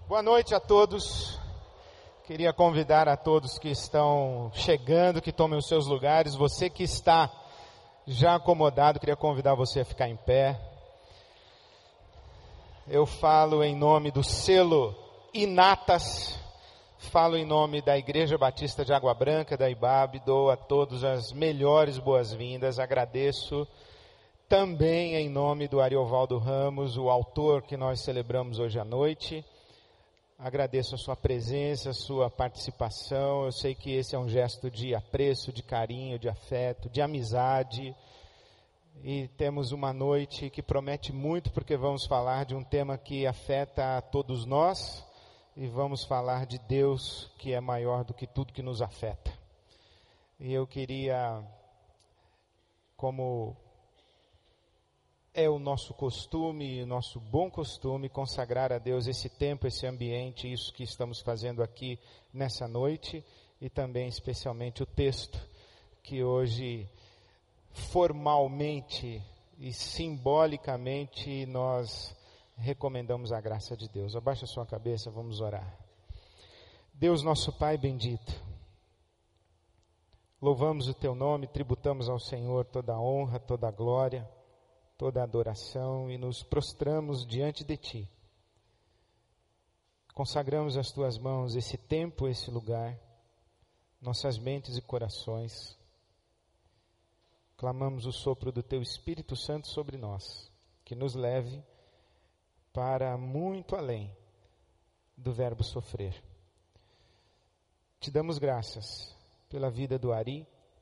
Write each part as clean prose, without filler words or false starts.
Boa noite a todos. Queria convidar a todos que estão chegando, que tomem os seus lugares. Você que está já acomodado, queria convidar você a ficar em pé. Eu falo em nome do selo Inatas, falo em nome da Igreja Batista de Água Branca, da IBAB, dou a todos as melhores boas-vindas, agradeço também em nome do Ariovaldo Ramos, o autor que nós celebramos hoje à noite. Agradeço a sua presença, a sua participação. Eu sei que esse é um gesto de apreço, de carinho, de afeto, de amizade. E temos uma noite que promete muito, porque vamos falar de um tema que afeta a todos nós. E vamos falar de Deus, que é maior do que tudo que nos afeta. E eu queria, como é o nosso costume, o nosso bom costume, consagrar a Deus esse tempo, esse ambiente, isso que estamos fazendo aqui nessa noite, e também especialmente o texto que hoje formalmente e simbolicamente nós recomendamos a graça de Deus. Abaixa a sua cabeça, vamos orar. Deus, nosso Pai bendito, louvamos o Teu nome, tributamos ao Senhor toda a honra, toda a glória, toda a adoração e nos prostramos diante de Ti. Consagramos às Tuas mãos esse tempo, esse lugar, nossas mentes e corações. Clamamos o sopro do Teu Espírito Santo sobre nós, que nos leve para muito além do verbo sofrer. Te damos graças pela vida do Ari,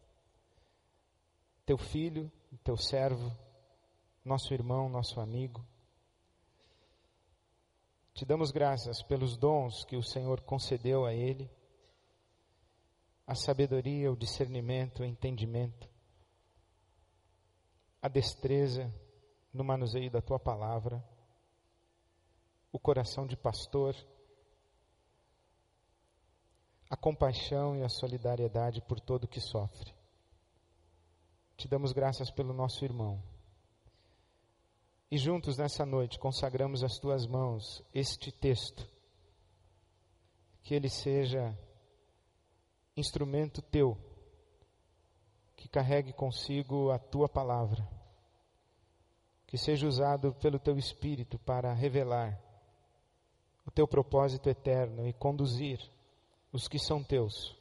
Teu filho, Teu servo, nosso irmão, nosso amigo. Te damos graças pelos dons que o Senhor concedeu a ele, a sabedoria, o discernimento, o entendimento, a destreza no manuseio da Tua palavra, o coração de pastor, a compaixão e a solidariedade por todo o que sofre. Te damos graças pelo nosso irmão. E juntos nessa noite consagramos às Tuas mãos este texto, que ele seja instrumento Teu, que carregue consigo a Tua palavra, que seja usado pelo Teu Espírito para revelar o Teu propósito eterno e conduzir os que são Teus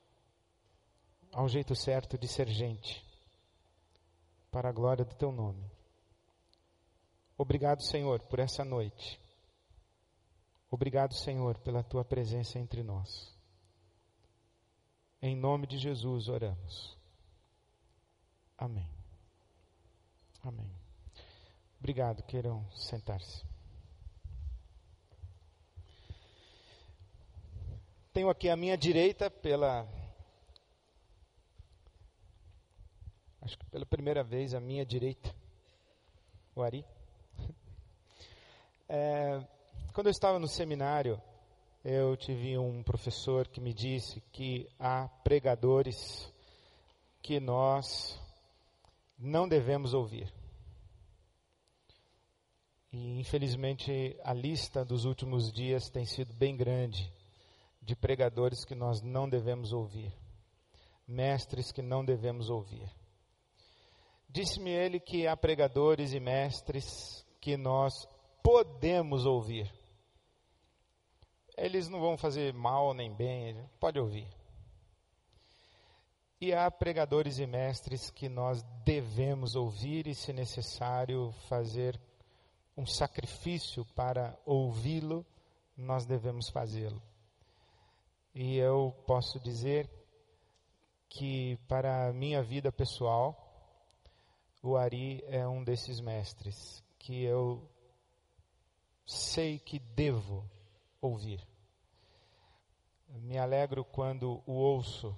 ao jeito certo de ser gente, para a glória do Teu nome. Obrigado, Senhor, por essa noite. Obrigado, Senhor, pela Tua presença entre nós. Em nome de Jesus oramos. Amém. Amém. Obrigado, queiram sentar-se. Tenho aqui à minha direita, acho que pela primeira vez, à minha direita, o Ari. Quando eu estava no seminário, eu tive um professor que me disse que há pregadores que nós não devemos ouvir. E infelizmente a lista dos últimos dias tem sido bem grande de pregadores que nós não devemos ouvir, mestres que não devemos ouvir. Disse-me ele que há pregadores e mestres que nós podemos ouvir. Eles não vão fazer mal nem bem, pode ouvir. E há pregadores e mestres que nós devemos ouvir e, se necessário, fazer um sacrifício para ouvi-lo, nós devemos fazê-lo. E eu posso dizer que, para a minha vida pessoal, o Ari é um desses mestres que eu sei que devo ouvir. Me alegro quando o ouço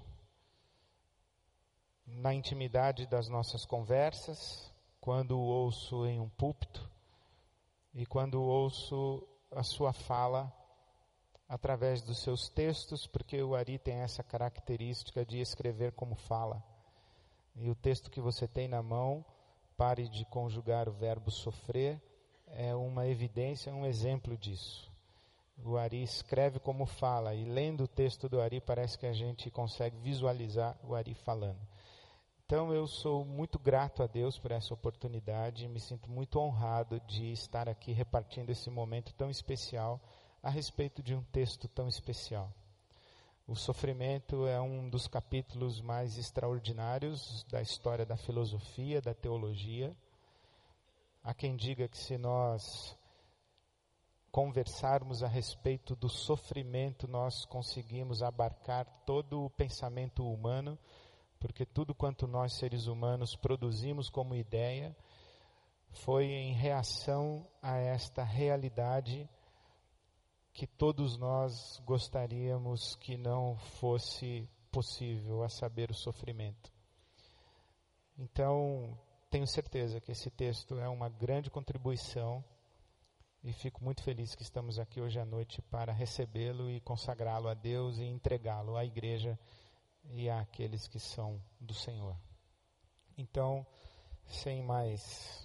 na intimidade das nossas conversas, quando o ouço em um púlpito e quando ouço a sua fala através dos seus textos, porque o Ari tem essa característica de escrever como fala. E o texto que você tem na mão, pare de conjugar o verbo sofrer, é uma evidência, um exemplo disso. O Ari escreve como fala, e lendo o texto do Ari parece que a gente consegue visualizar o Ari falando. Então eu sou muito grato a Deus por essa oportunidade, me sinto muito honrado de estar aqui repartindo esse momento tão especial a respeito de um texto tão especial. O sofrimento é um dos capítulos mais extraordinários da história da filosofia, da teologia. Há quem diga que se nós conversarmos a respeito do sofrimento, nós conseguimos abarcar todo o pensamento humano, porque tudo quanto nós seres humanos produzimos como ideia foi em reação a esta realidade que todos nós gostaríamos que não fosse possível, a saber, o sofrimento. Então, tenho certeza que esse texto é uma grande contribuição e fico muito feliz que estamos aqui hoje à noite para recebê-lo e consagrá-lo a Deus e entregá-lo à igreja e àqueles que são do Senhor. Então, sem mais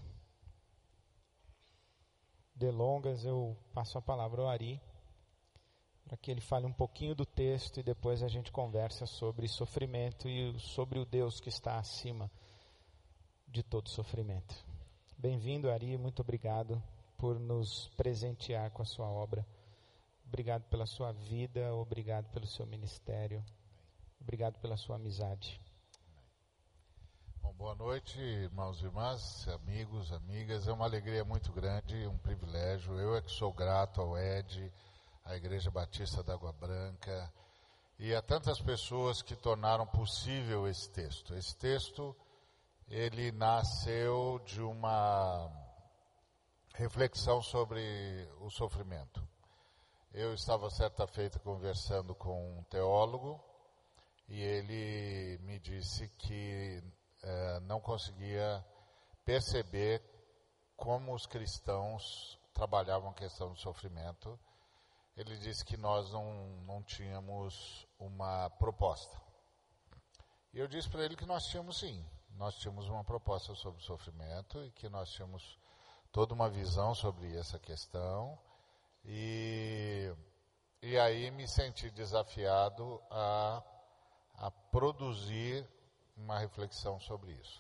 delongas, eu passo a palavra ao Ari, para que ele fale um pouquinho do texto e depois a gente conversa sobre sofrimento e sobre o Deus que está acima de todo sofrimento. Bem-vindo, Ari, muito obrigado por nos presentear com a sua obra. Obrigado pela sua vida, obrigado pelo seu ministério, obrigado pela sua amizade. Bom, boa noite, irmãos e irmãs, amigos, amigas. É uma alegria muito grande, um privilégio. Eu é que sou grato ao Ed, à Igreja Batista da Água Branca e a tantas pessoas que tornaram possível esse texto. Esse texto, ele nasceu de uma reflexão sobre o sofrimento. Eu estava certa feita conversando com um teólogo e ele me disse que não conseguia perceber como os cristãos trabalhavam a questão do sofrimento. Ele disse que nós não tínhamos uma proposta. E eu disse para ele que nós tínhamos sim. Nós tínhamos uma proposta sobre o sofrimento e que nós tínhamos toda uma visão sobre essa questão. E aí me senti desafiado a produzir uma reflexão sobre isso.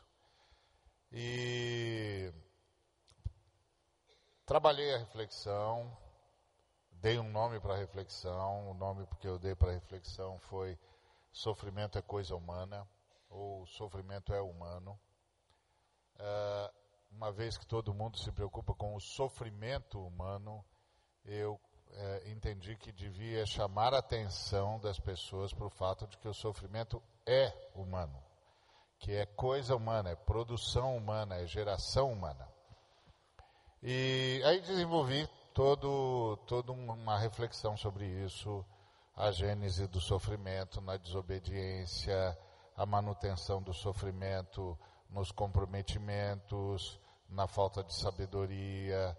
E trabalhei a reflexão, dei um nome para a reflexão. O nome que eu dei para a reflexão foi Sofrimento é Coisa Humana, ou Sofrimento é Humano. Uma vez que todo mundo se preocupa com o sofrimento humano, eu entendi que devia chamar a atenção das pessoas para o fato de que o sofrimento é humano, que é coisa humana, é produção humana, é geração humana. E aí desenvolvi toda uma reflexão sobre isso, a gênese do sofrimento na desobediência, a manutenção do sofrimento nos comprometimentos, na falta de sabedoria,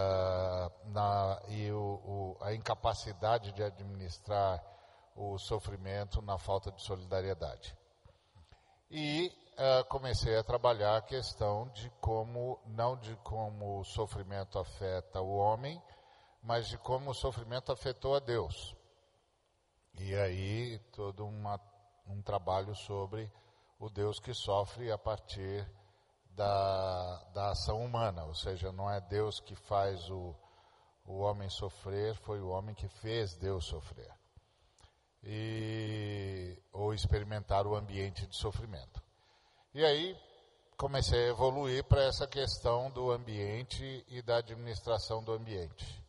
a incapacidade de administrar o sofrimento na falta de solidariedade. E comecei a trabalhar a questão de como, não de como o sofrimento afeta o homem, mas de como o sofrimento afetou a Deus. E aí todo um trabalho sobre o Deus que sofre a partir da ação humana, ou seja, não é Deus que faz o homem sofrer, foi o homem que fez Deus sofrer. Ou experimentar o ambiente de sofrimento. E aí comecei a evoluir para essa questão do ambiente e da administração do ambiente.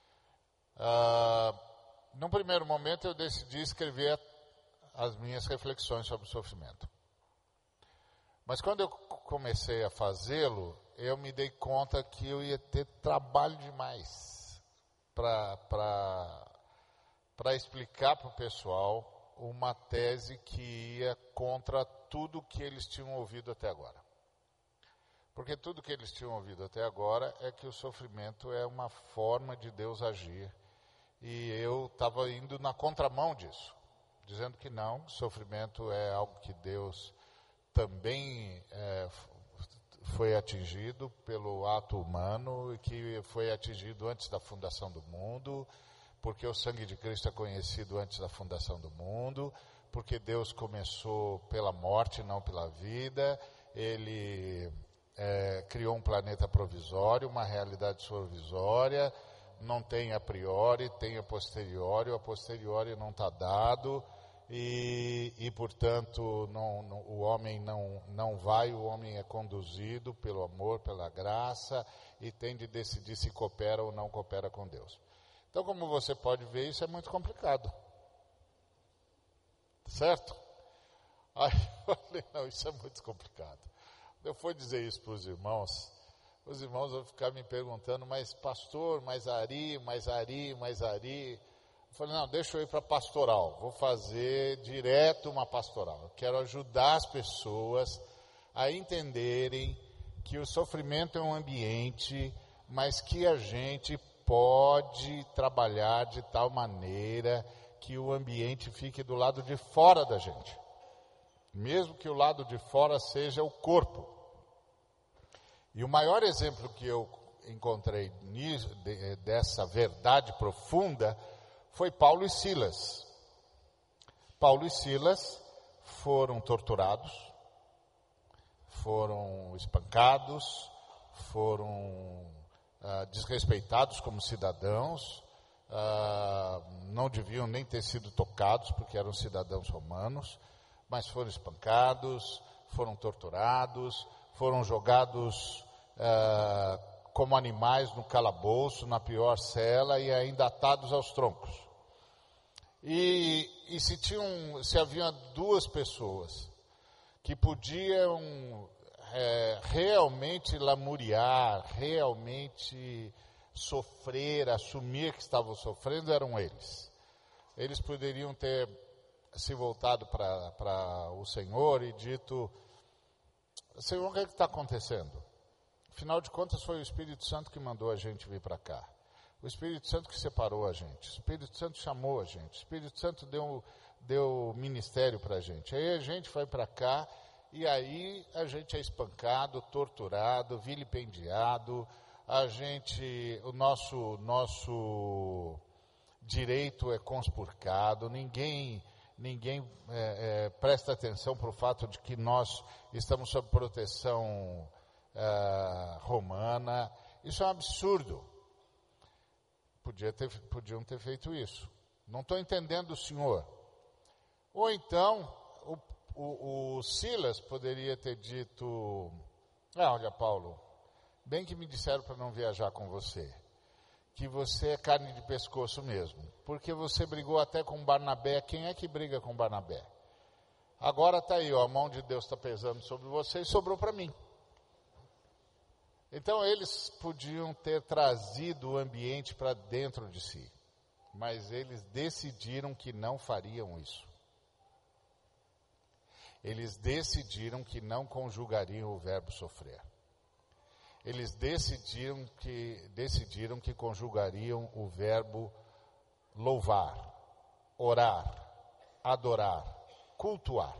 Num primeiro momento eu decidi escrever as minhas reflexões sobre o sofrimento. Mas quando eu comecei a fazê-lo, eu me dei conta que eu ia ter trabalho demais para explicar para o pessoal uma tese que ia contra tudo que eles tinham ouvido até agora. Porque tudo que eles tinham ouvido até agora é que o sofrimento é uma forma de Deus agir. E eu estava indo na contramão disso, dizendo que não, sofrimento é algo que Deus também foi atingido pelo ato humano e que foi atingido antes da fundação do mundo, porque o sangue de Cristo é conhecido antes da fundação do mundo, porque Deus começou pela morte, não pela vida. Ele criou um planeta provisório, uma realidade provisória, não tem a priori, tem a posteriori, o a posteriori não está dado, e portanto, o homem não vai, o homem é conduzido pelo amor, pela graça, e tem de decidir se coopera ou não coopera com Deus. Então, como você pode ver, isso é muito complicado. Certo? Aí eu falei, não, isso é muito complicado. Eu fui dizer isso para os irmãos vão ficar me perguntando, mas pastor, mais Ari. Eu falei, não, deixa eu ir para pastoral, vou fazer direto uma pastoral. Eu quero ajudar as pessoas a entenderem que o sofrimento é um ambiente, mas que a gente pode trabalhar de tal maneira que o ambiente fique do lado de fora da gente, mesmo que o lado de fora seja o corpo. E o maior exemplo que eu encontrei dessa verdade profunda foi Paulo e Silas. Paulo e Silas foram torturados, foram espancados, foram desrespeitados como cidadãos, não deviam nem ter sido tocados porque eram cidadãos romanos, mas foram espancados, foram torturados, foram jogados como animais no calabouço, na pior cela, e ainda atados aos troncos. E se havia duas pessoas que podiam realmente lamuriar, realmente sofrer, assumir que estavam sofrendo, eram eles. Eles poderiam ter se voltado para o Senhor e dito: Senhor, o que está acontecendo? Afinal de contas, foi o Espírito Santo que mandou a gente vir para cá. O Espírito Santo que separou a gente. O Espírito Santo chamou a gente. O Espírito Santo deu ministério para a gente. Aí a gente foi para cá e aí a gente é espancado, torturado, vilipendiado. O nosso direito é conspurcado. Ninguém presta atenção para o fato de que nós estamos sob proteção romana. Isso é um absurdo. Podiam ter feito isso. Não estou entendendo o senhor. Ou então, o Silas poderia ter dito: olha, Paulo, bem que me disseram para não viajar com você, que você é carne de pescoço mesmo, porque você brigou até com Barnabé. Quem é que briga com Barnabé? Agora está aí, a mão de Deus está pesando sobre você e sobrou para mim. Então eles podiam ter trazido o ambiente para dentro de si, mas eles decidiram que não fariam isso. Eles decidiram que não conjugariam o verbo sofrer. Eles decidiram que conjugariam o verbo louvar, orar, adorar, cultuar.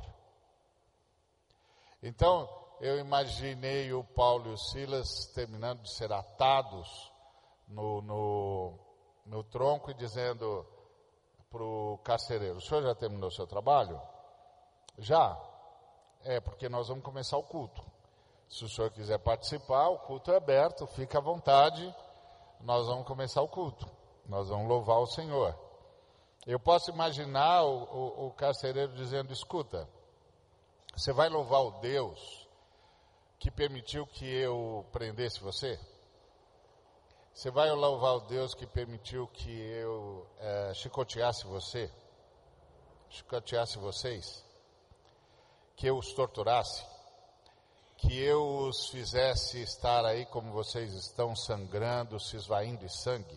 Então, eu imaginei o Paulo e o Silas terminando de ser atados no tronco e dizendo para o carcereiro: o senhor já terminou o seu trabalho? Já? Porque nós vamos começar o culto. Se o senhor quiser participar, o culto é aberto, fica à vontade, nós vamos começar o culto. Nós vamos louvar o Senhor. Eu posso imaginar o carcereiro dizendo: escuta, você vai louvar o Deus que permitiu que eu prendesse você? Você vai louvar o Deus que permitiu que eu chicoteasse você? Chicoteasse vocês? Que eu os torturasse? Que eu os fizesse estar aí como vocês estão, sangrando, se esvaindo de sangue?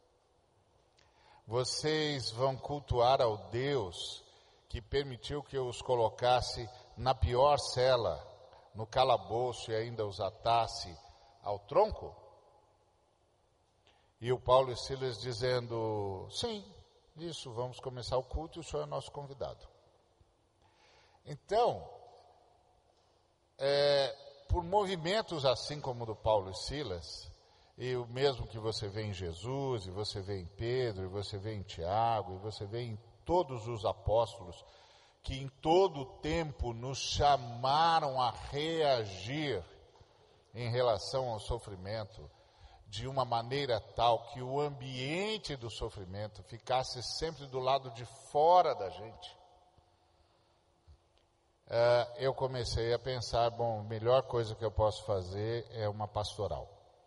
Vocês vão cultuar ao Deus que permitiu que eu os colocasse na pior cela, no calabouço, e ainda os atasse ao tronco? E o Paulo e Silas dizendo: sim, isso, vamos começar o culto e o senhor é nosso convidado. Então, por movimentos assim como o do Paulo e Silas, e o mesmo que você vê em Jesus, e você vê em Pedro, e você vê em Tiago, e você vê em todos os apóstolos, que em todo o tempo nos chamaram a reagir em relação ao sofrimento, de uma maneira tal que o ambiente do sofrimento ficasse sempre do lado de fora da gente. Eu comecei a pensar, bom, a melhor coisa que eu posso fazer é uma pastoral.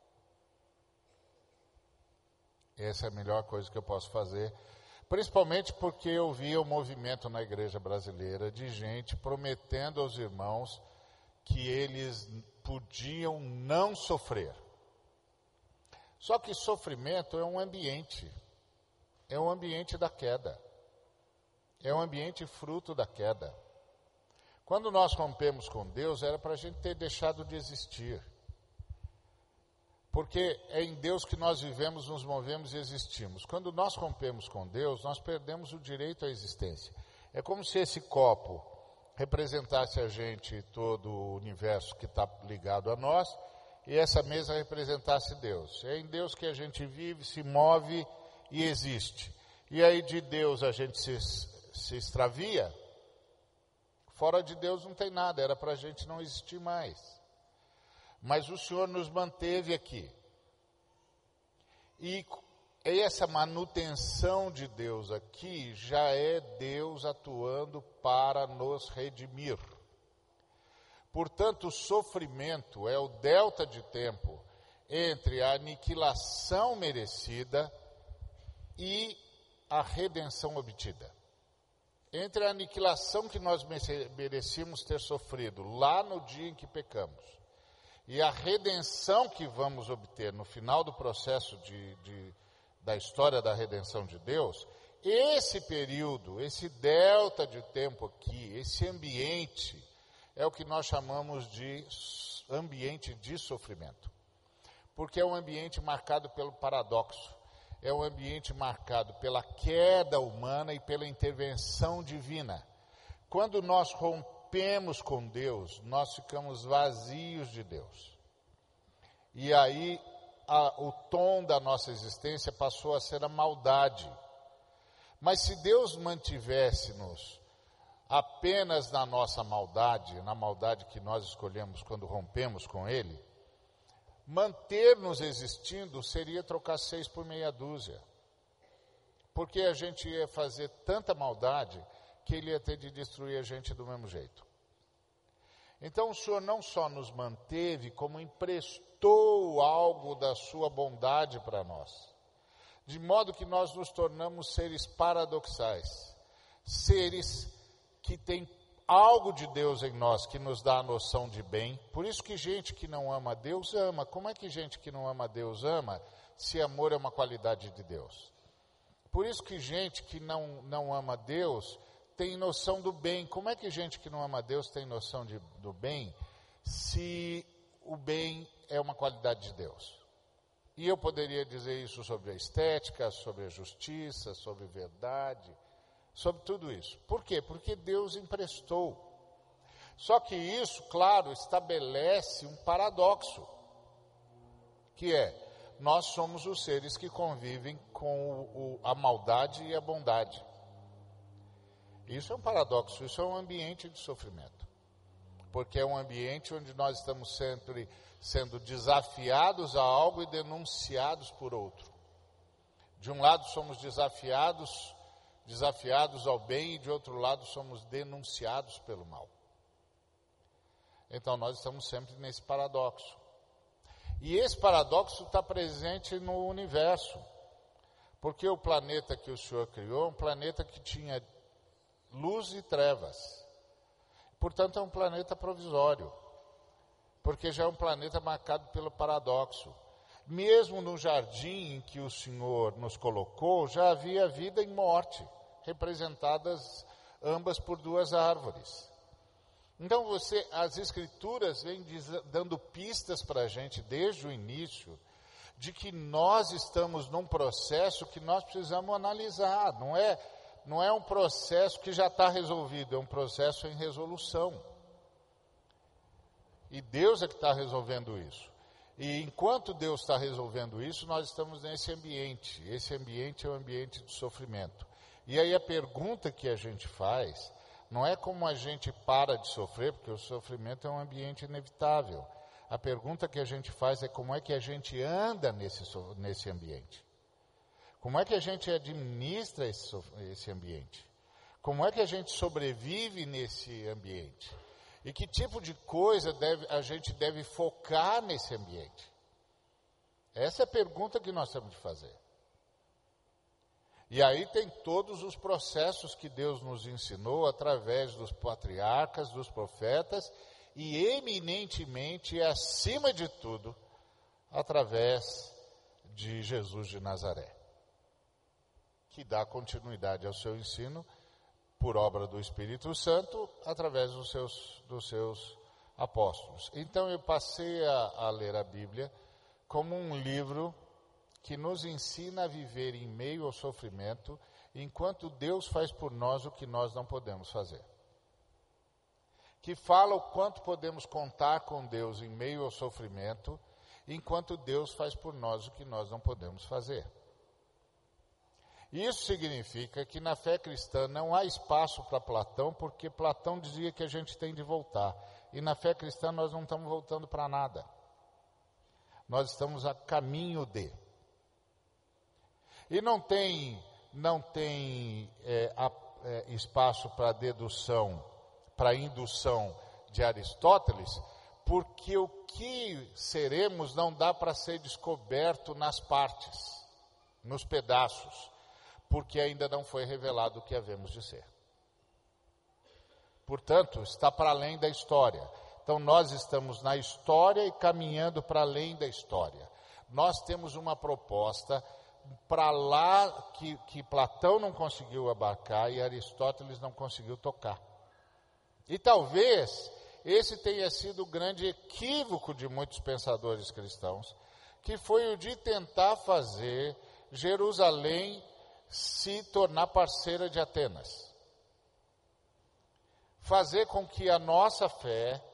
Essa é a melhor coisa que eu posso fazer, principalmente porque eu via o movimento na igreja brasileira de gente prometendo aos irmãos que eles podiam não sofrer. Só que sofrimento é um ambiente da queda, é um ambiente fruto da queda. Quando nós rompemos com Deus, era para a gente ter deixado de existir. Porque é em Deus que nós vivemos, nos movemos e existimos. Quando nós rompemos com Deus, nós perdemos o direito à existência. É como se esse copo representasse a gente, todo o universo que está ligado a nós, e essa mesa representasse Deus. É em Deus que a gente vive, se move e existe. E aí de Deus a gente se extravia. Fora de Deus não tem nada, era para a gente não existir mais. Mas o Senhor nos manteve aqui. E essa manutenção de Deus aqui já é Deus atuando para nos redimir. Portanto, o sofrimento é o delta de tempo entre a aniquilação merecida e a redenção obtida. Entre a aniquilação que nós merecíamos ter sofrido lá no dia em que pecamos e a redenção que vamos obter no final do processo da história da redenção de Deus, esse período, esse delta de tempo aqui, esse ambiente, é o que nós chamamos de ambiente de sofrimento. Porque é um ambiente marcado pelo paradoxo. É um ambiente marcado pela queda humana e pela intervenção divina. Quando nós rompemos com Deus, nós ficamos vazios de Deus. E aí o tom da nossa existência passou a ser a maldade. Mas se Deus mantivesse-nos apenas na nossa maldade, na maldade que nós escolhemos quando rompemos com Ele, manter-nos existindo seria trocar 6 por meia dúzia. Porque a gente ia fazer tanta maldade que Ele ia ter de destruir a gente do mesmo jeito. Então o Senhor não só nos manteve, como emprestou algo da sua bondade para nós. De modo que nós nos tornamos seres paradoxais. Seres que têm algo de Deus em nós que nos dá a noção de bem. Por isso que gente que não ama Deus ama. Como é que gente que não ama Deus ama, se amor é uma qualidade de Deus? Por isso que gente que não ama Deus tem noção do bem. Como é que gente que não ama Deus tem noção do bem, se o bem é uma qualidade de Deus? E eu poderia dizer isso sobre a estética, sobre a justiça, sobre verdade, sobre tudo isso. Por quê? Porque Deus emprestou. Só que isso, claro, estabelece um paradoxo, que é, nós somos os seres que convivem com a maldade e a bondade. Isso é um paradoxo, isso é um ambiente de sofrimento. Porque é um ambiente onde nós estamos sempre sendo desafiados a algo e denunciados por outro. De um lado somos desafiados ao bem, e de outro lado somos denunciados pelo mal. Então nós estamos sempre nesse paradoxo. E esse paradoxo está presente no universo. Porque o planeta que o Senhor criou é um planeta que tinha luz e trevas. Portanto, é um planeta provisório. Porque já é um planeta marcado pelo paradoxo. Mesmo no jardim em que o Senhor nos colocou, já havia vida e morte, representadas ambas por 2 árvores. Então as Escrituras vêm dando pistas para a gente desde o início, de que nós estamos num processo que nós precisamos analisar. Não é um processo que já está resolvido, é um processo em resolução. E Deus é que está resolvendo isso. E enquanto Deus está resolvendo isso, nós estamos nesse ambiente. Esse ambiente é um ambiente de sofrimento. E aí a pergunta que a gente faz não é como a gente para de sofrer, porque o sofrimento é um ambiente inevitável. A pergunta que a gente faz é como é que a gente anda nesse ambiente. Como é que a gente administra esse ambiente? Como é que a gente sobrevive nesse ambiente? E que tipo de coisa a gente deve focar nesse ambiente? Essa é a pergunta que nós temos de fazer. E aí tem todos os processos que Deus nos ensinou através dos patriarcas, dos profetas e eminentemente e acima de tudo, através de Jesus de Nazaré, que dá continuidade ao seu ensino por obra do Espírito Santo, através dos seus apóstolos. Então eu passei a ler a Bíblia como um livro que nos ensina a viver em meio ao sofrimento, enquanto Deus faz por nós o que nós não podemos fazer. Que fala o quanto podemos contar com Deus em meio ao sofrimento, enquanto Deus faz por nós o que nós não podemos fazer. Isso significa que na fé cristã não há espaço para Platão, porque Platão dizia que a gente tem de voltar. E na fé cristã nós não estamos voltando para nada. Nós estamos a caminho de. E não tem espaço para dedução, para indução de Aristóteles, porque o que seremos não dá para ser descoberto nas partes, nos pedaços, porque ainda não foi revelado o que havemos de ser. Portanto, está para além da história. Então, nós estamos na história e caminhando para além da história. Nós temos uma proposta para lá que Platão não conseguiu abarcar e Aristóteles não conseguiu tocar. E talvez esse tenha sido o grande equívoco de muitos pensadores cristãos, que foi o de tentar fazer Jerusalém se tornar parceira de Atenas. Fazer com que a nossa fé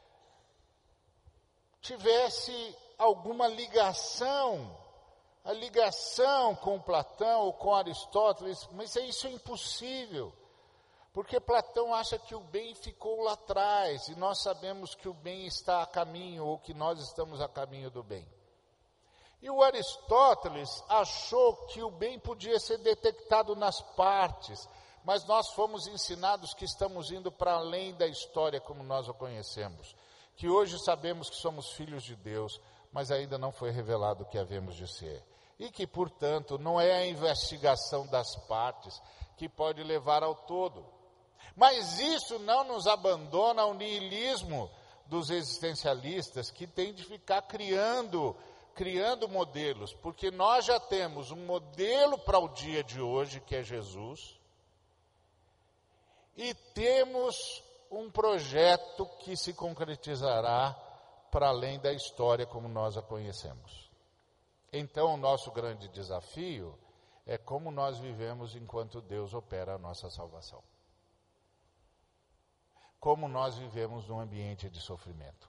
tivesse alguma ligação, a ligação com Platão ou com Aristóteles, mas isso é impossível, porque Platão acha que o bem ficou lá atrás, e nós sabemos que o bem está a caminho, ou que nós estamos a caminho do bem. E o Aristóteles achou que o bem podia ser detectado nas partes, mas nós fomos ensinados que estamos indo para além da história como nós a conhecemos, que hoje sabemos que somos filhos de Deus, mas ainda não foi revelado o que havemos de ser. E que, portanto, não é a investigação das partes que pode levar ao todo. Mas isso não nos abandona ao niilismo dos existencialistas, que tem de ficar criando modelos, porque nós já temos um modelo para o dia de hoje, que é Jesus, e temos um projeto que se concretizará para além da história como nós a conhecemos. Então, o nosso grande desafio é como nós vivemos enquanto Deus opera a nossa salvação. Como nós vivemos num ambiente de sofrimento.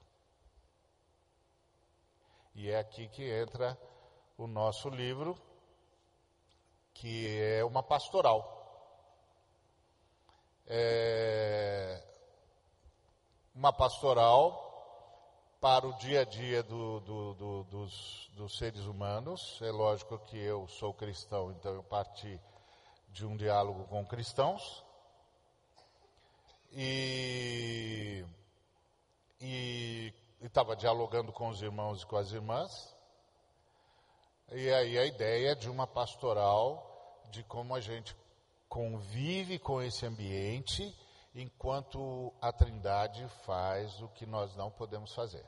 E é aqui que entra o nosso livro, que é uma pastoral. Uma pastoral para o dia a dia dos seres humanos. É lógico que eu sou cristão, então eu parti de um diálogo com cristãos. E estava dialogando com os irmãos e com as irmãs. E aí a ideia de uma pastoral, de como a gente convive com esse ambiente, enquanto a Trindade faz o que nós não podemos fazer.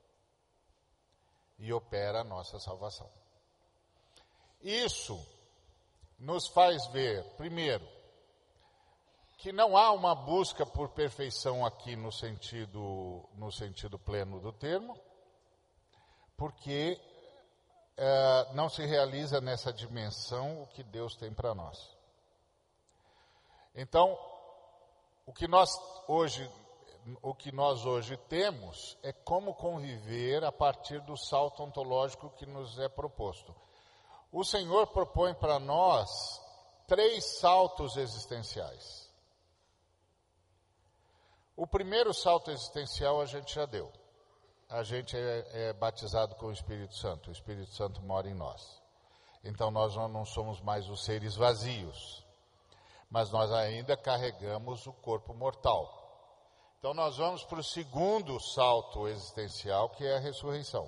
E opera a nossa salvação. Isso nos faz ver, primeiro, que não há uma busca por perfeição aqui no sentido pleno do termo, porque não se realiza nessa dimensão o que Deus tem para nós. Então, o que nós hoje o que nós hoje temos é como conviver a partir do salto ontológico que nos é proposto. O Senhor propõe para nós 3 saltos existenciais. O primeiro salto existencial a gente já deu. A gente é batizado com o Espírito Santo. O Espírito Santo mora em nós. Então nós não somos mais os seres vazios, mas nós ainda carregamos o corpo mortal. Então nós vamos para o segundo salto existencial, que é a ressurreição.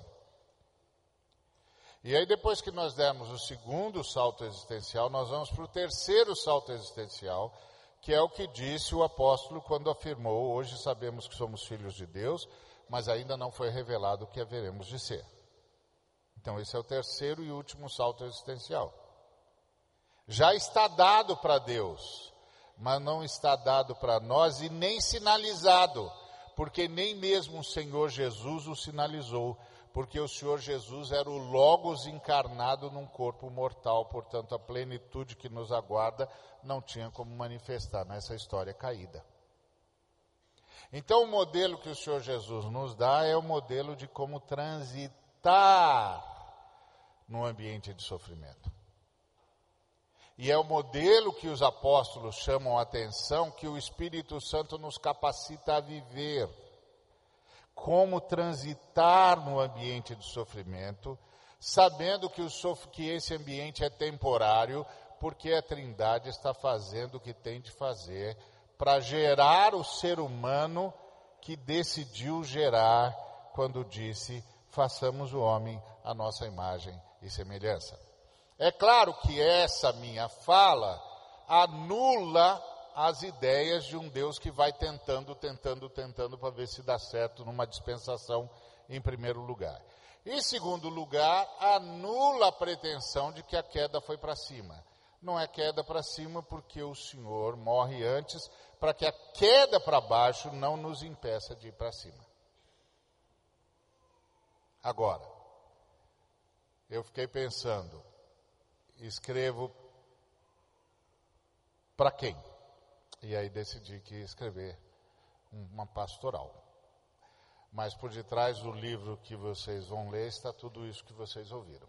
E aí depois que nós dermos o segundo salto existencial, nós vamos para o terceiro salto existencial, que é o que disse o apóstolo quando afirmou: hoje sabemos que somos filhos de Deus, mas ainda não foi revelado o que haveremos de ser. Então esse é o terceiro e último salto existencial. Já está dado para Deus, mas não está dado para nós e nem sinalizado, porque nem mesmo o Senhor Jesus o sinalizou, porque o Senhor Jesus era o Logos encarnado num corpo mortal, portanto a plenitude que nos aguarda não tinha como manifestar nessa história caída. Então o modelo que o Senhor Jesus nos dá é o modelo de como transitar no ambiente de sofrimento. E é o modelo que os apóstolos chamam a atenção, que o Espírito Santo nos capacita a viver. Como transitar no ambiente de sofrimento, sabendo que esse ambiente é temporário, porque a Trindade está fazendo o que tem de fazer para gerar o ser humano que decidiu gerar quando disse: façamos o homem à nossa imagem e semelhança. É claro que essa minha fala anula as ideias de um Deus que vai tentando para ver se dá certo numa dispensação, em primeiro lugar. Em segundo lugar, anula a pretensão de que a queda foi para cima. Não é queda para cima porque o Senhor morre antes, para que a queda para baixo não nos impeça de ir para cima. Agora, eu fiquei pensando, escrevo para quem? E aí decidi que ia escrever uma pastoral. Mas por detrás do livro que vocês vão ler está tudo isso que vocês ouviram.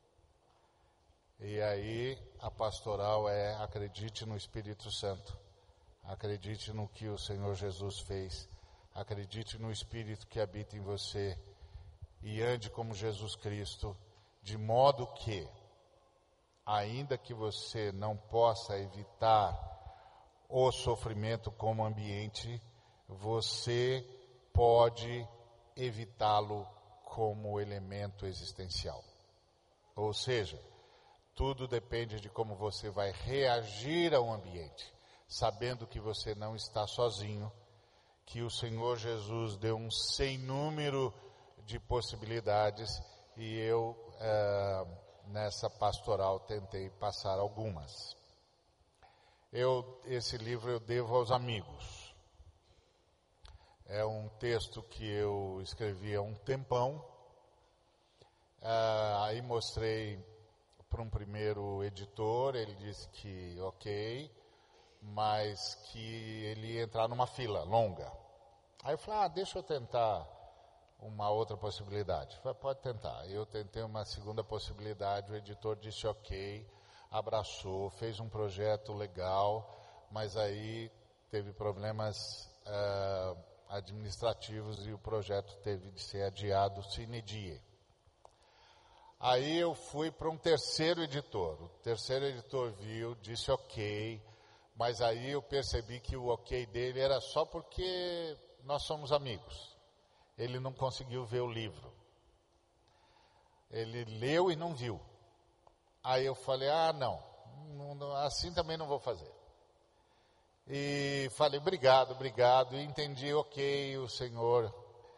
E aí a pastoral é: acredite no Espírito Santo, acredite no que o Senhor Jesus fez, acredite no Espírito que habita em você e ande como Jesus Cristo, de modo que, ainda que você não possa evitar o sofrimento como ambiente, você pode evitá-lo como elemento existencial. Ou seja, tudo depende de como você vai reagir ao ambiente, sabendo que você não está sozinho, que o Senhor Jesus deu um sem número de possibilidades e eu, nessa pastoral, tentei passar algumas. Esse livro eu devo aos amigos. É um texto que eu escrevi há um tempão. Aí mostrei para um primeiro editor, ele disse que ok, mas que ele ia entrar numa fila longa. Aí eu falei: deixa eu tentar uma outra possibilidade. Eu falei: pode tentar. Eu tentei uma segunda possibilidade, o editor disse ok, abraçou, fez um projeto legal, mas aí teve problemas administrativos e o projeto teve de ser adiado sine die. Aí eu fui para um terceiro editor. O terceiro editor viu, disse ok, mas aí eu percebi que o ok dele era só porque nós somos amigos. Ele não conseguiu ver o livro. Ele leu e não viu. Aí eu falei: não, assim também não vou fazer. E falei: obrigado, e entendi, ok, o senhor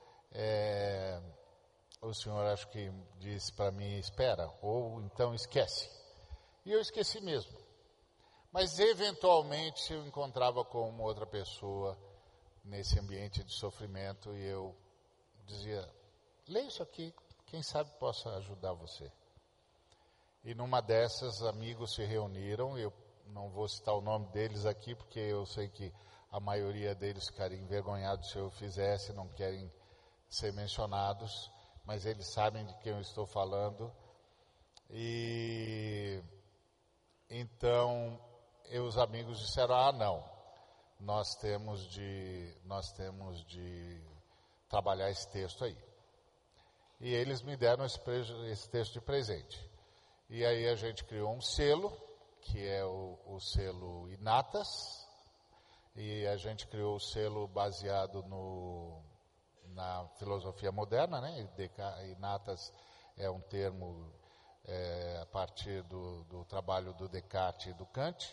acho que disse para mim: espera, ou então esquece. E eu esqueci mesmo. Mas eventualmente eu encontrava com uma outra pessoa nesse ambiente de sofrimento e eu dizia: leia isso aqui, quem sabe possa ajudar você. E numa dessas, amigos se reuniram. Eu não vou citar o nome deles aqui, porque eu sei que a maioria deles ficariam envergonhados se eu fizesse, não querem ser mencionados, mas eles sabem de quem eu estou falando. E então os amigos disseram: não, nós temos de trabalhar esse texto aí. E eles me deram esse texto de presente. E aí a gente criou um selo, que é o selo Inatas, e a gente criou o selo baseado na filosofia moderna, né? Inatas é um termo a partir do trabalho do Descartes e do Kant.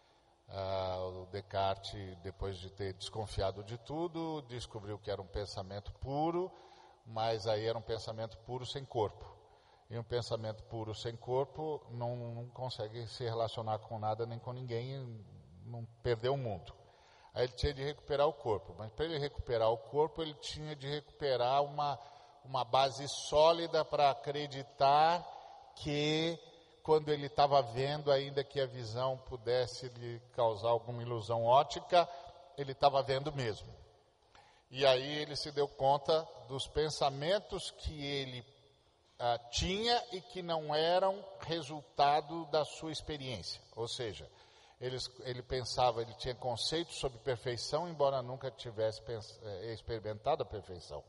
O Descartes, depois de ter desconfiado de tudo, descobriu que era um pensamento puro, mas aí era um pensamento puro sem corpo. E um pensamento puro sem corpo não consegue se relacionar com nada nem com ninguém, não perdeu o mundo. Aí ele tinha de recuperar o corpo, mas para ele recuperar o corpo, ele tinha de recuperar uma base sólida para acreditar que, quando ele estava vendo, ainda que a visão pudesse lhe causar alguma ilusão óptica, ele estava vendo mesmo. E aí ele se deu conta dos pensamentos que ele tinha e que não eram resultado da sua experiência. Ou seja, ele pensava, ele tinha conceitos sobre perfeição, embora nunca tivesse experimentado a perfeição.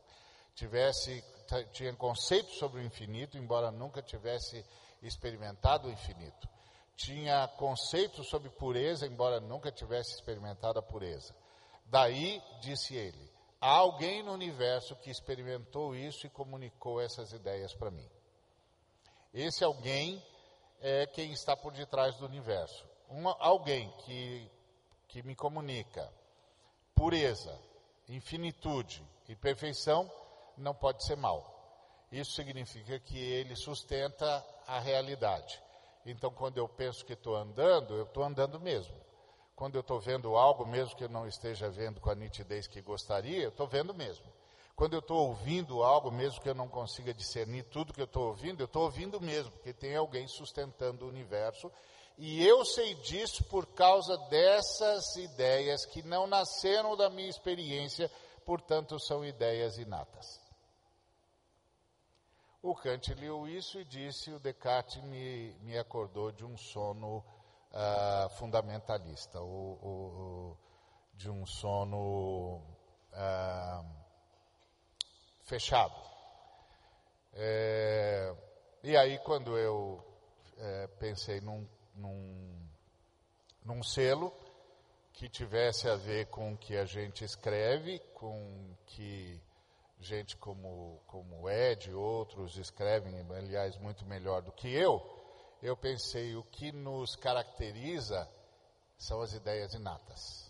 Tinha conceitos sobre o infinito, embora nunca tivesse experimentado o infinito. Tinha conceitos sobre pureza, embora nunca tivesse experimentado a pureza. Daí, disse ele, há alguém no universo que experimentou isso e comunicou essas ideias para mim. Esse alguém é quem está por detrás do universo. Alguém que me comunica pureza, infinitude e perfeição não pode ser mal. Isso significa que ele sustenta a realidade. Então, quando eu penso que estou andando, eu estou andando mesmo. Quando eu estou vendo algo, mesmo que eu não esteja vendo com a nitidez que gostaria, eu estou vendo mesmo. Quando eu estou ouvindo algo, mesmo que eu não consiga discernir tudo que eu estou ouvindo mesmo, porque tem alguém sustentando o universo. E eu sei disso por causa dessas ideias que não nasceram da minha experiência, portanto são ideias inatas. O Kant leu isso e disse: o Descartes me acordou de um sono fundamentalista, de um sono fechado. E aí, quando eu pensei num selo que tivesse a ver com o que a gente escreve, com que gente como Ed e outros escrevem, aliás, muito melhor do que eu pensei, o que nos caracteriza são as ideias inatas.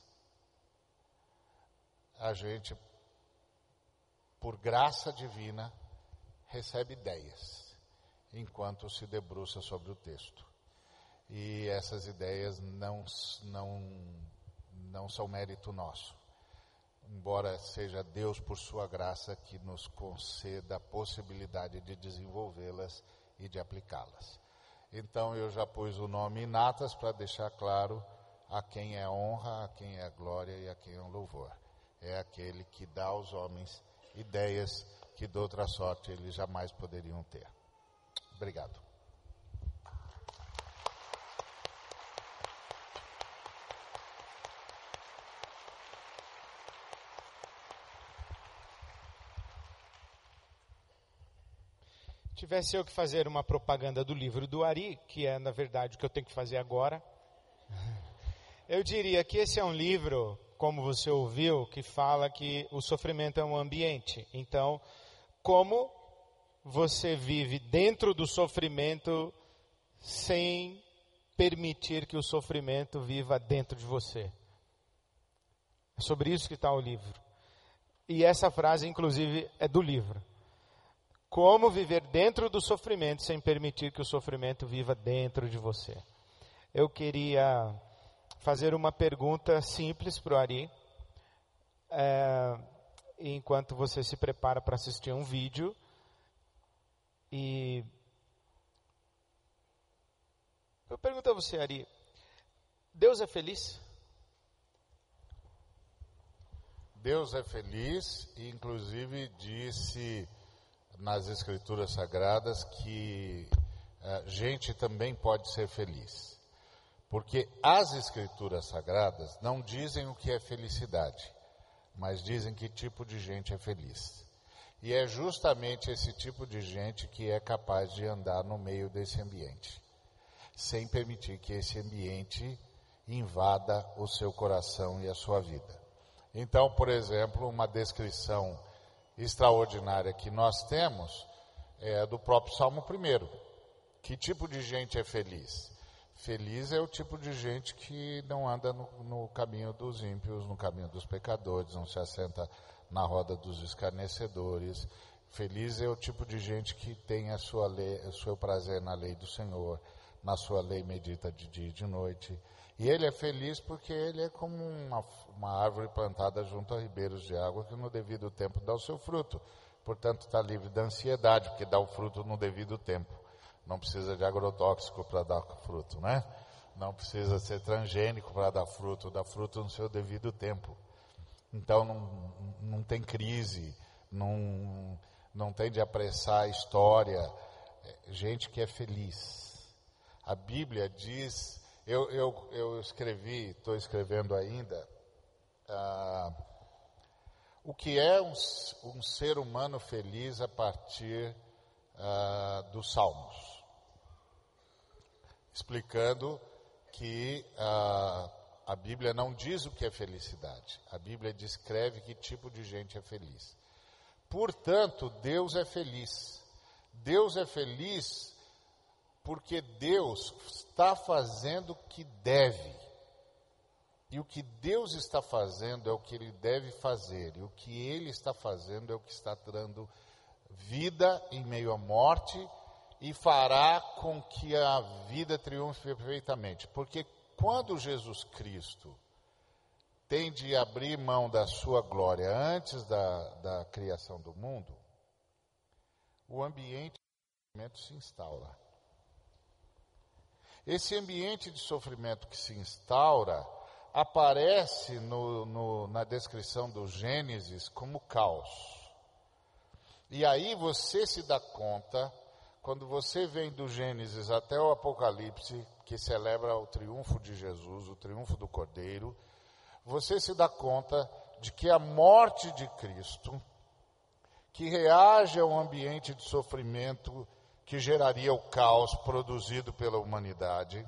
A gente, por graça divina, recebe ideias, enquanto se debruça sobre o texto. E essas ideias não são mérito nosso. Embora seja Deus, por sua graça, que nos conceda a possibilidade de desenvolvê-las e de aplicá-las. Então eu já pus o nome Inatas para deixar claro a quem é honra, a quem é glória e a quem é louvor. É aquele que dá aos homens ideias que de outra sorte eles jamais poderiam ter. Obrigado. Tivesse eu que fazer uma propaganda do livro do Ari, que é na verdade o que eu tenho que fazer agora, eu diria que esse é um livro, como você ouviu, que fala que o sofrimento é um ambiente. Então, como você vive dentro do sofrimento sem permitir que o sofrimento viva dentro de você? É sobre isso que está o livro. E essa frase, inclusive, é do livro. Como viver dentro do sofrimento sem permitir que o sofrimento viva dentro de você. Eu queria fazer uma pergunta simples para o Ari, enquanto você se prepara para assistir um vídeo. E eu pergunto a você, Ari, Deus é feliz? Deus é feliz e, inclusive, disse nas Escrituras Sagradas que gente também pode ser feliz. Porque as Escrituras Sagradas não dizem o que é felicidade, mas dizem que tipo de gente é feliz. E é justamente esse tipo de gente que é capaz de andar no meio desse ambiente, sem permitir que esse ambiente invada o seu coração e a sua vida. Então, por exemplo, uma descrição extraordinária que nós temos é do próprio Salmo 1. Que tipo de gente é feliz? Feliz é o tipo de gente que não anda no caminho dos ímpios, no caminho dos pecadores, não se assenta na roda dos escarnecedores. Feliz é o tipo de gente que tem a sua lei, o seu prazer na lei do Senhor, na sua lei medita de dia e de noite. E ele é feliz porque ele é como uma árvore plantada junto a ribeiros de água que no devido tempo dá o seu fruto. Portanto, está livre da ansiedade, porque dá o fruto no devido tempo. Não precisa de agrotóxico para dar fruto, né? Não precisa ser transgênico para dar fruto, dá fruto no seu devido tempo. Então, não tem crise, não tem de apressar a história. Gente que é feliz. A Bíblia diz... Eu estou escrevendo ainda, o que é um ser humano feliz a partir dos Salmos, explicando que a Bíblia não diz o que é felicidade, a Bíblia descreve que tipo de gente é feliz. Portanto, Deus é feliz. Deus é feliz porque Deus está fazendo o que deve. E o que Deus está fazendo é o que Ele deve fazer. E o que Ele está fazendo é o que está dando vida em meio à morte e fará com que a vida triunfe perfeitamente. Porque quando Jesus Cristo tem de abrir mão da sua glória antes da criação do mundo, o ambiente de sofrimento se instaura. Esse ambiente de sofrimento que se instaura aparece na descrição do Gênesis como caos. E aí você se dá conta, quando você vem do Gênesis até o Apocalipse, que celebra o triunfo de Jesus, o triunfo do Cordeiro, você se dá conta de que a morte de Cristo, que reage a um ambiente de sofrimento que geraria o caos produzido pela humanidade,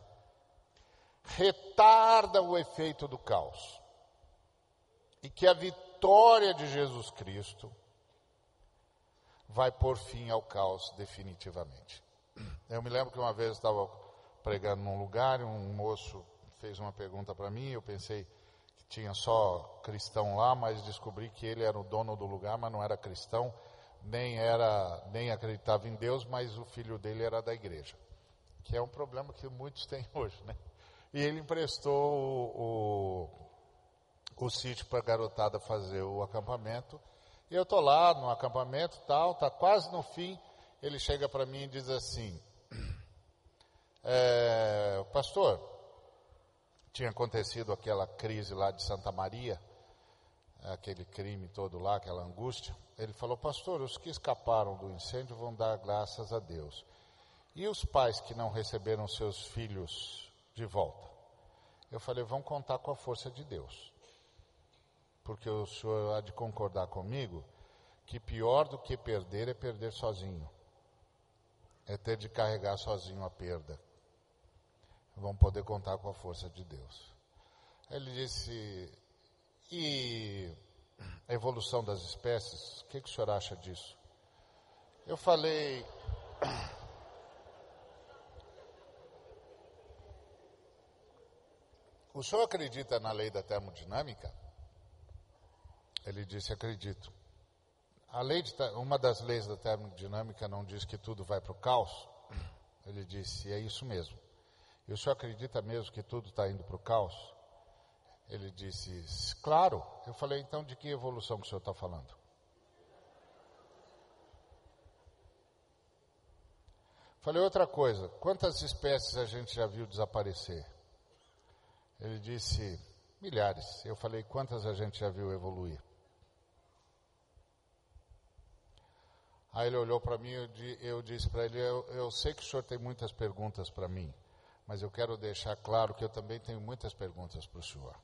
retarda o efeito do caos. E que a vitória de Jesus Cristo vai pôr fim ao caos definitivamente. Eu me lembro que uma vez eu estava pregando num lugar e um moço fez uma pergunta para mim, eu pensei que tinha só cristão lá, mas descobri que ele era o dono do lugar, mas não era cristão, nem acreditava em Deus, mas o filho dele era da igreja, que é um problema que muitos têm hoje, né? E ele emprestou o sítio para a garotada fazer o acampamento, e eu estou lá no acampamento, está quase no fim, ele chega para mim e diz assim, pastor, tinha acontecido aquela crise lá de Santa Maria, aquele crime todo lá, aquela angústia. Ele falou, pastor, os que escaparam do incêndio vão dar graças a Deus. E os pais que não receberam seus filhos de volta? Eu falei, vão contar com a força de Deus. Porque o senhor há de concordar comigo que pior do que perder é perder sozinho. É ter de carregar sozinho a perda. Vão poder contar com a força de Deus. Ele disse, e a evolução das espécies, o que o senhor acha disso? Eu falei, o senhor acredita na lei da termodinâmica? Ele disse, acredito. Uma das leis da termodinâmica não diz que tudo vai para o caos? Ele disse, é isso mesmo. E o senhor acredita mesmo que tudo está indo para o caos? Ele disse, claro. Eu falei, então de que evolução que o senhor está falando? Falei outra coisa, quantas espécies a gente já viu desaparecer? Ele disse, milhares. Eu falei, quantas a gente já viu evoluir? Aí ele olhou para mim e eu disse para ele, eu sei que o senhor tem muitas perguntas para mim, mas eu quero deixar claro que eu também tenho muitas perguntas para o senhor.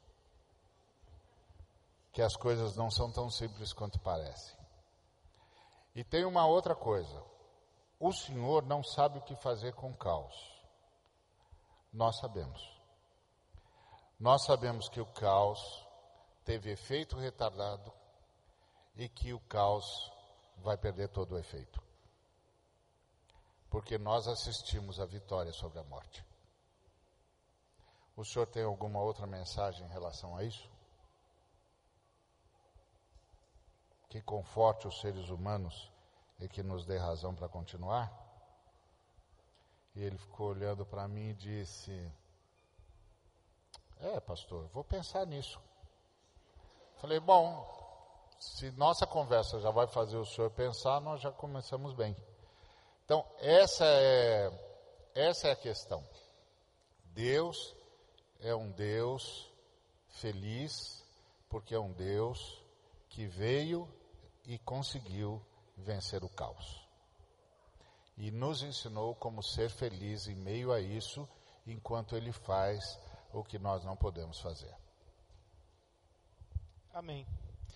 Que as coisas não são tão simples quanto parecem. E tem uma outra coisa. O senhor não sabe o que fazer com o caos. Nós sabemos. Nós sabemos que o caos teve efeito retardado e que o caos vai perder todo o efeito. Porque nós assistimos à vitória sobre a morte. O senhor tem alguma outra mensagem em relação a isso? Que conforte os seres humanos e que nos dê razão para continuar? E ele ficou olhando para mim e disse, pastor, vou pensar nisso. Falei, bom, se nossa conversa já vai fazer o senhor pensar, nós já começamos bem. Então, essa é a questão. Deus é um Deus feliz, porque é um Deus que veio e conseguiu vencer o caos. E nos ensinou como ser feliz em meio a isso, enquanto Ele faz o que nós não podemos fazer. Amém.